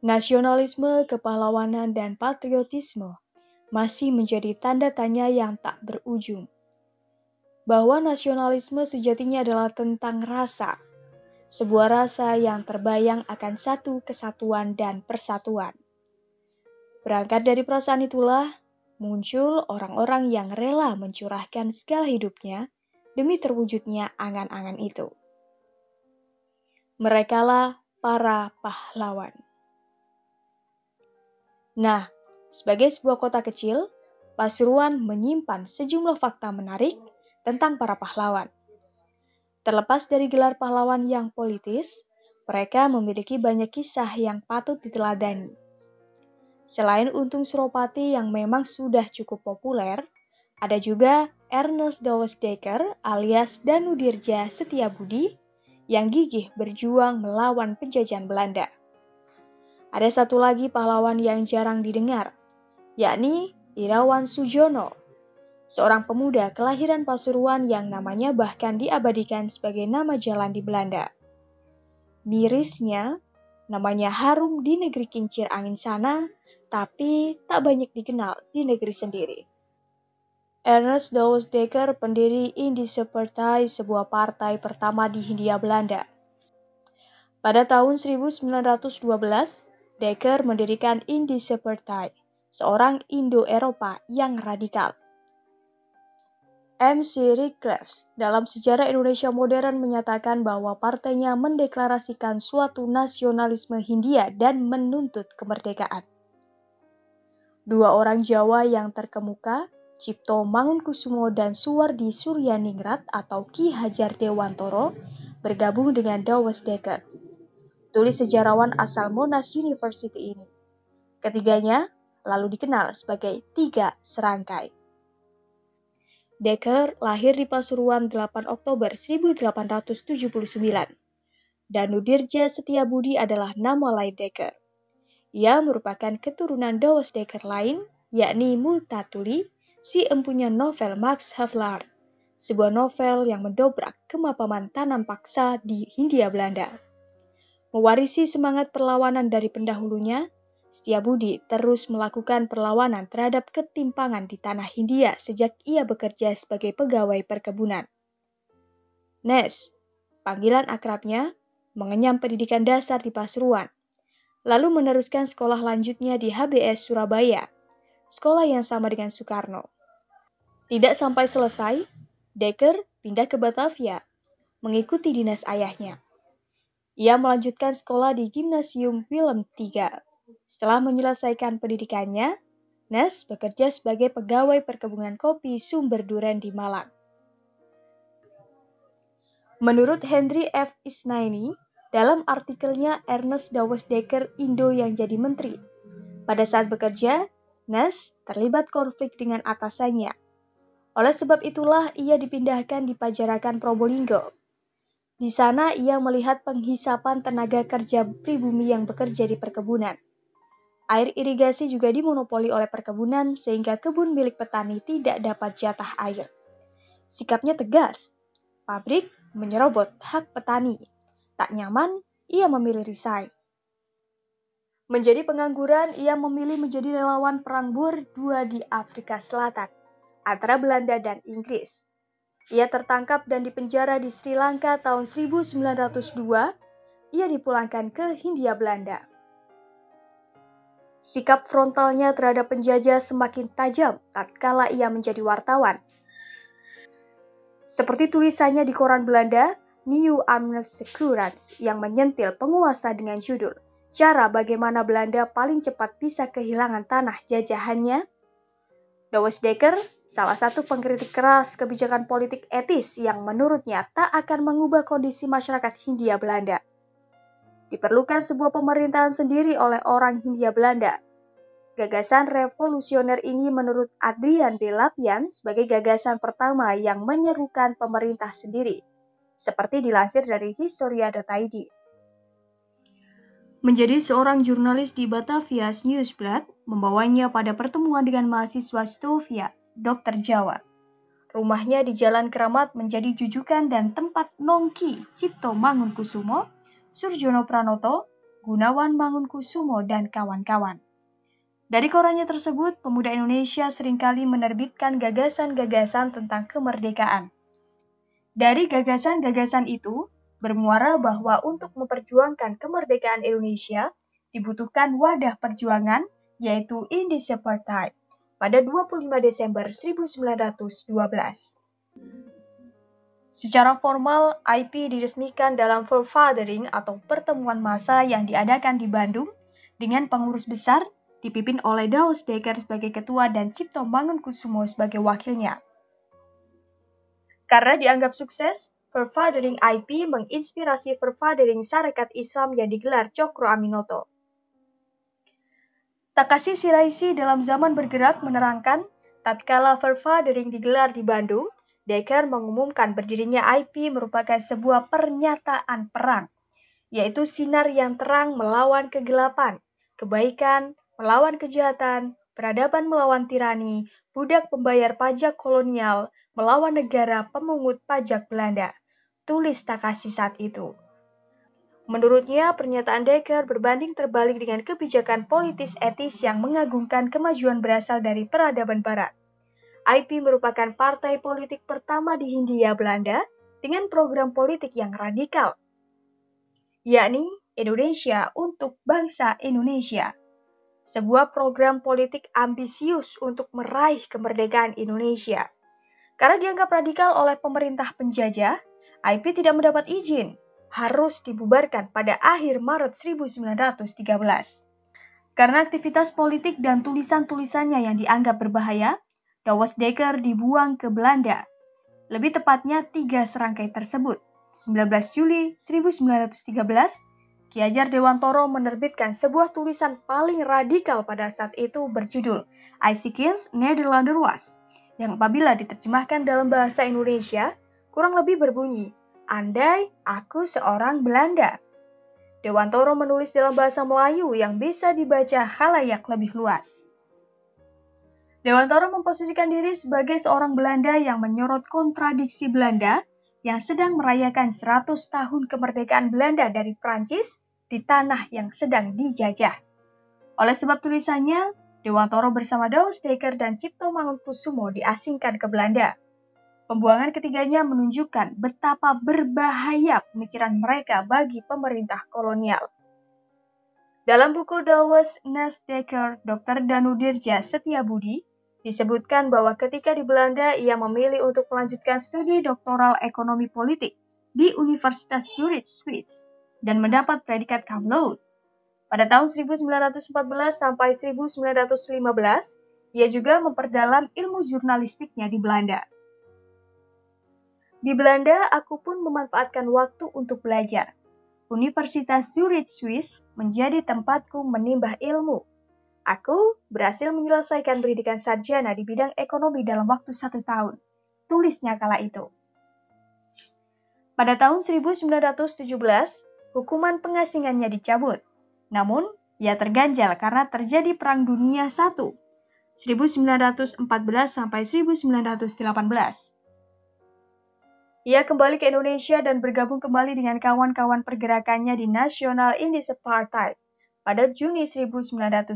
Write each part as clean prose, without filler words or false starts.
Nasionalisme, kepahlawanan, dan patriotisme masih menjadi tanda tanya yang tak berujung. Bahwa nasionalisme sejatinya adalah tentang rasa, sebuah rasa yang terbayang akan satu kesatuan dan persatuan. Berangkat dari perasaan itulah, muncul orang-orang yang rela mencurahkan segala hidupnya demi terwujudnya angan-angan itu. Merekalah para pahlawan. Nah, sebagai sebuah kota kecil, Pasuruan menyimpan sejumlah fakta menarik tentang para pahlawan. Terlepas dari gelar pahlawan yang politis, mereka memiliki banyak kisah yang patut diteladani. Selain Untung Suropati yang memang sudah cukup populer, ada juga Ernest Douwes Dekker alias Danudirja Setiabudi yang gigih berjuang melawan penjajahan Belanda. Ada satu lagi pahlawan yang jarang didengar, yakni Irawan Sujono, seorang pemuda kelahiran Pasuruan yang namanya bahkan diabadikan sebagai nama jalan di Belanda. Mirisnya, namanya harum di negeri kincir angin sana, tapi tak banyak dikenal di negeri sendiri. Ernest Douwes Dekker, pendiri Indische Partij, sebuah partai pertama di Hindia Belanda. Pada tahun 1912, Dekker mendirikan Indische Partij, seorang Indo-Eropa yang radikal. M.C. Rickleff dalam Sejarah Indonesia Modern menyatakan bahwa partainya mendeklarasikan suatu nasionalisme Hindia dan menuntut kemerdekaan. Dua orang Jawa yang terkemuka, Cipto Mangunkusumo dan Suwardi Suryaningrat atau Ki Hajar Dewantoro, bergabung dengan Douwes Dekker, tulis sejarawan asal Monash University ini. Ketiganya lalu dikenal sebagai Tiga Serangkai. Dekker lahir di Pasuruan 8 Oktober 1879. Danudirja Setiabudi adalah nama lain Dekker. Ia merupakan keturunan Douwes Dekker lain, yakni Multatuli, si empunya novel Max Havelaar, sebuah novel yang mendobrak kemapanan tanam paksa di Hindia Belanda. Mewarisi semangat perlawanan dari pendahulunya, Setiabudi terus melakukan perlawanan terhadap ketimpangan di tanah Hindia sejak ia bekerja sebagai pegawai perkebunan. Nes, panggilan akrabnya, mengenyam pendidikan dasar di Pasuruan, lalu meneruskan sekolah lanjutnya di HBS Surabaya, sekolah yang sama dengan Soekarno. Tidak sampai selesai, Dekker pindah ke Batavia, mengikuti dinas ayahnya. Ia melanjutkan sekolah di Gimnasium Willem III. Setelah menyelesaikan pendidikannya, Nes bekerja sebagai pegawai perkebunan kopi Sumber Duren di Malang. Menurut Henry F. Isnaini, dalam artikelnya Ernest Douwes Dekker Indo yang jadi menteri, pada saat bekerja, Nes terlibat konflik dengan atasannya. Oleh sebab itulah ia dipindahkan di Pajarakan Probolinggo. Di sana ia melihat penghisapan tenaga kerja pribumi yang bekerja di perkebunan. Air irigasi juga dimonopoli oleh perkebunan sehingga kebun milik petani tidak dapat jatah air. Sikapnya tegas. Pabrik menyerobot hak petani. Tak nyaman, ia memilih resign. Menjadi pengangguran, ia memilih menjadi relawan Perang Boer II di Afrika Selatan, antara Belanda dan Inggris. Ia tertangkap dan dipenjara di Sri Lanka tahun 1902. Ia dipulangkan ke Hindia Belanda. Sikap frontalnya terhadap penjajah semakin tajam tatkala ia menjadi wartawan. Seperti tulisannya di koran Belanda, New Amnesty yang menyentil penguasa dengan judul "Cara bagaimana Belanda paling cepat bisa kehilangan tanah jajahannya". Douwes Dekker, salah satu pengkritik keras kebijakan politik etis yang menurutnya tak akan mengubah kondisi masyarakat Hindia Belanda. Diperlukan sebuah pemerintahan sendiri oleh orang Hindia Belanda. Gagasan revolusioner ini menurut Adrian de Lapien sebagai gagasan pertama yang menyerukan pemerintah sendiri, seperti dilansir dari Historia.id. Menjadi seorang jurnalis di Batavia's Nieuwsblad, membawanya pada pertemuan dengan mahasiswa Stovia, dokter Jawa. Rumahnya di Jalan Keramat menjadi jujukan dan tempat nongki Cipto Mangunkusumo, Surjono Pranoto, Gunawan Mangunkusumo, dan kawan-kawan. Dari korannya tersebut, pemuda Indonesia seringkali menerbitkan gagasan-gagasan tentang kemerdekaan. Dari gagasan-gagasan itu, bermuara bahwa untuk memperjuangkan kemerdekaan Indonesia, dibutuhkan wadah perjuangan, yaitu Indische Partij, pada 25 Desember 1912. Secara formal, IP diresmikan dalam Vergadering atau pertemuan massa yang diadakan di Bandung dengan pengurus besar dipimpin oleh Douwe Dekker sebagai ketua dan Cipto Mangunkusumo sebagai wakilnya. Karena dianggap sukses, Vergadering IP menginspirasi Vergadering Sarekat Islam yang digelar Cokro Aminoto. Takashi Shiraishi dalam Zaman Bergerak menerangkan, tatkala Vergadering digelar di Bandung, Dekker mengumumkan berdirinya IP merupakan sebuah pernyataan perang, yaitu sinar yang terang melawan kegelapan, kebaikan melawan kejahatan, peradaban melawan tirani, budak pembayar pajak kolonial melawan negara pemungut pajak Belanda, tulis Takashi saat itu. Menurutnya, pernyataan Dekker berbanding terbalik dengan kebijakan politis etis yang mengagungkan kemajuan berasal dari peradaban Barat. IP merupakan partai politik pertama di Hindia Belanda dengan program politik yang radikal, yakni Indonesia untuk bangsa Indonesia. Sebuah program politik ambisius untuk meraih kemerdekaan Indonesia. Karena dianggap radikal oleh pemerintah penjajah, IP tidak mendapat izin, harus dibubarkan pada akhir Maret 1913. Karena aktivitas politik dan tulisan-tulisannya yang dianggap berbahaya, Douwe Dekker dibuang ke Belanda. Lebih tepatnya 3 serangkai tersebut. 19 Juli 1913, Ki Hajar Dewantoro menerbitkan sebuah tulisan paling radikal pada saat itu berjudul Aisikins Nederlanderwas, yang apabila diterjemahkan dalam bahasa Indonesia, kurang lebih berbunyi, andai aku seorang Belanda. Dewantoro menulis dalam bahasa Melayu yang bisa dibaca khalayak lebih luas. Dewantoro memposisikan diri sebagai seorang Belanda yang menyorot kontradiksi Belanda yang sedang merayakan 100 tahun kemerdekaan Belanda dari Prancis di tanah yang sedang dijajah. Oleh sebab tulisannya, Dewantoro bersama Douwe Dekker dan Cipto Mangunkusumo diasingkan ke Belanda. Pembuangan ketiganya menunjukkan betapa berbahaya pemikiran mereka bagi pemerintah kolonial. Dalam buku Douwe Dekker, Dr. Danudirja Setiabudi, disebutkan bahwa ketika di Belanda ia memilih untuk melanjutkan studi doktoral ekonomi politik di Universitas Zurich, Swiss, dan mendapat predikat cum laude. Pada tahun 1914 sampai 1915, ia juga memperdalam ilmu jurnalistiknya di Belanda. Di Belanda, aku pun memanfaatkan waktu untuk belajar. Universitas Zurich, Swiss menjadi tempatku menimba ilmu. Aku berhasil menyelesaikan pendidikan sarjana di bidang ekonomi dalam waktu 1 tahun, tulisnya kala itu. Pada tahun 1917, hukuman pengasingannya dicabut. Namun, ia terganjal karena terjadi Perang Dunia I, 1914 sampai 1918. Ia kembali ke Indonesia dan bergabung kembali dengan kawan-kawan pergerakannya di National Indische Partij pada Juni 1919.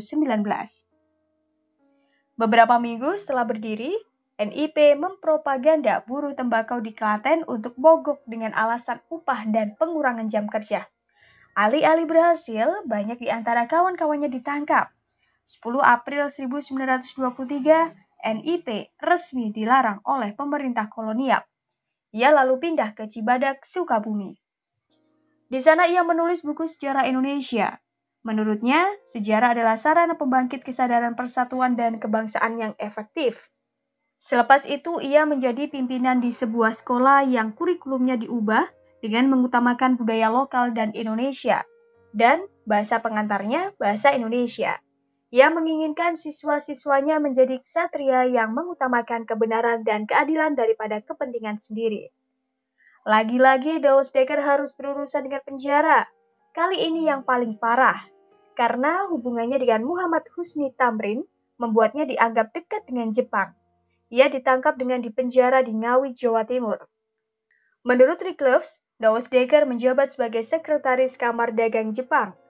Beberapa minggu setelah berdiri, NIP mempropaganda buruh tembakau di Klaten untuk mogok dengan alasan upah dan pengurangan jam kerja. Alih-alih berhasil, banyak di antara kawan-kawannya ditangkap. 10 April 1923, NIP resmi dilarang oleh pemerintah kolonial. Ia lalu pindah ke Cibadak, Sukabumi. Di sana ia menulis buku sejarah Indonesia. Menurutnya, sejarah adalah sarana pembangkit kesadaran persatuan dan kebangsaan yang efektif. Selepas itu, ia menjadi pimpinan di sebuah sekolah yang kurikulumnya diubah dengan mengutamakan budaya lokal dan Indonesia, dan bahasa pengantarnya bahasa Indonesia. Ia menginginkan siswa-siswanya menjadi ksatria yang mengutamakan kebenaran dan keadilan daripada kepentingan sendiri. Lagi-lagi Douwe Dekker harus berurusan dengan penjara. Kali ini yang paling parah, karena hubungannya dengan Muhammad Husni Tamrin membuatnya dianggap dekat dengan Jepang. Ia ditangkap dengan dipenjara di Ngawi, Jawa Timur. Menurut Rickloves, Douwe Dekker menjabat sebagai sekretaris Kamar Dagang Jepang.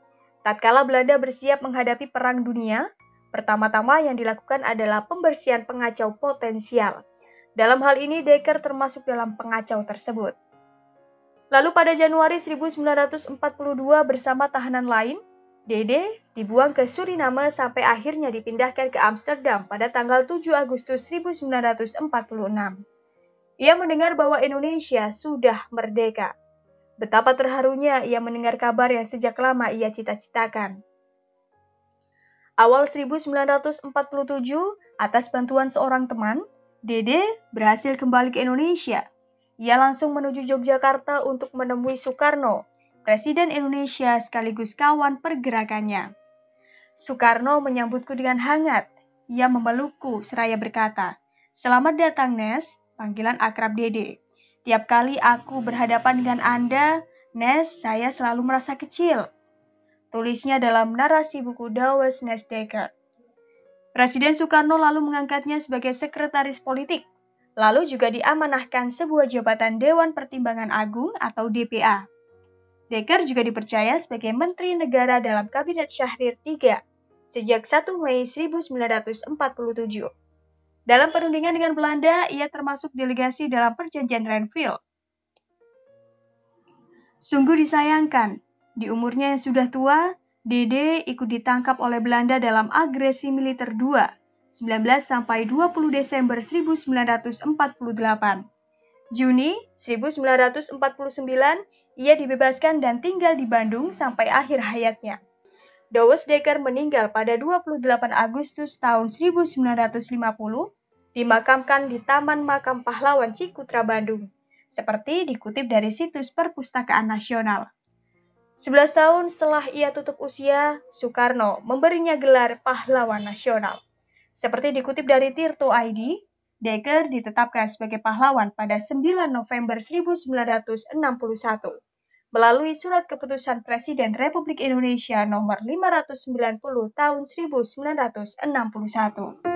Tatkala Belanda bersiap menghadapi Perang Dunia, pertama-tama yang dilakukan adalah pembersihan pengacau potensial. Dalam hal ini, Dekker termasuk dalam pengacau tersebut. Lalu pada Januari 1942 bersama tahanan lain, Dede dibuang ke Suriname sampai akhirnya dipindahkan ke Amsterdam pada tanggal 7 Agustus 1946. Ia mendengar bahwa Indonesia sudah merdeka. Betapa terharunya ia mendengar kabar yang sejak lama ia cita-citakan. Awal 1947, atas bantuan seorang teman, Dede berhasil kembali ke Indonesia. Ia langsung menuju Yogyakarta untuk menemui Soekarno, Presiden Indonesia sekaligus kawan pergerakannya. Soekarno menyambutku dengan hangat. Ia memelukku seraya berkata, "Selamat datang, Nes," panggilan akrab Dede. "Tiap kali aku berhadapan dengan Anda, Nes, saya selalu merasa kecil." Tulisnya dalam narasi buku Douwe Nez Dekker. Presiden Soekarno lalu mengangkatnya sebagai sekretaris politik, lalu juga diamanahkan sebuah jabatan Dewan Pertimbangan Agung atau DPA. Dekker juga dipercaya sebagai Menteri Negara dalam Kabinet Syahrir III sejak 1 Mei 1947. Dalam perundingan dengan Belanda, ia termasuk delegasi dalam Perjanjian Renville. Sungguh disayangkan, di umurnya yang sudah tua, Dede ikut ditangkap oleh Belanda dalam agresi militer II, 19-20 Desember 1948. Juni 1949, ia dibebaskan dan tinggal di Bandung sampai akhir hayatnya. Douwe Dekker meninggal pada 28 Agustus tahun 1950, dimakamkan di Taman Makam Pahlawan Cikutra Bandung, seperti dikutip dari situs Perpustakaan Nasional. 11 tahun setelah ia tutup usia, Soekarno memberinya gelar Pahlawan Nasional. Seperti dikutip dari Tirto ID, Dekker ditetapkan sebagai pahlawan pada 9 November 1961 melalui Surat Keputusan Presiden Republik Indonesia nomor 590 tahun 1961.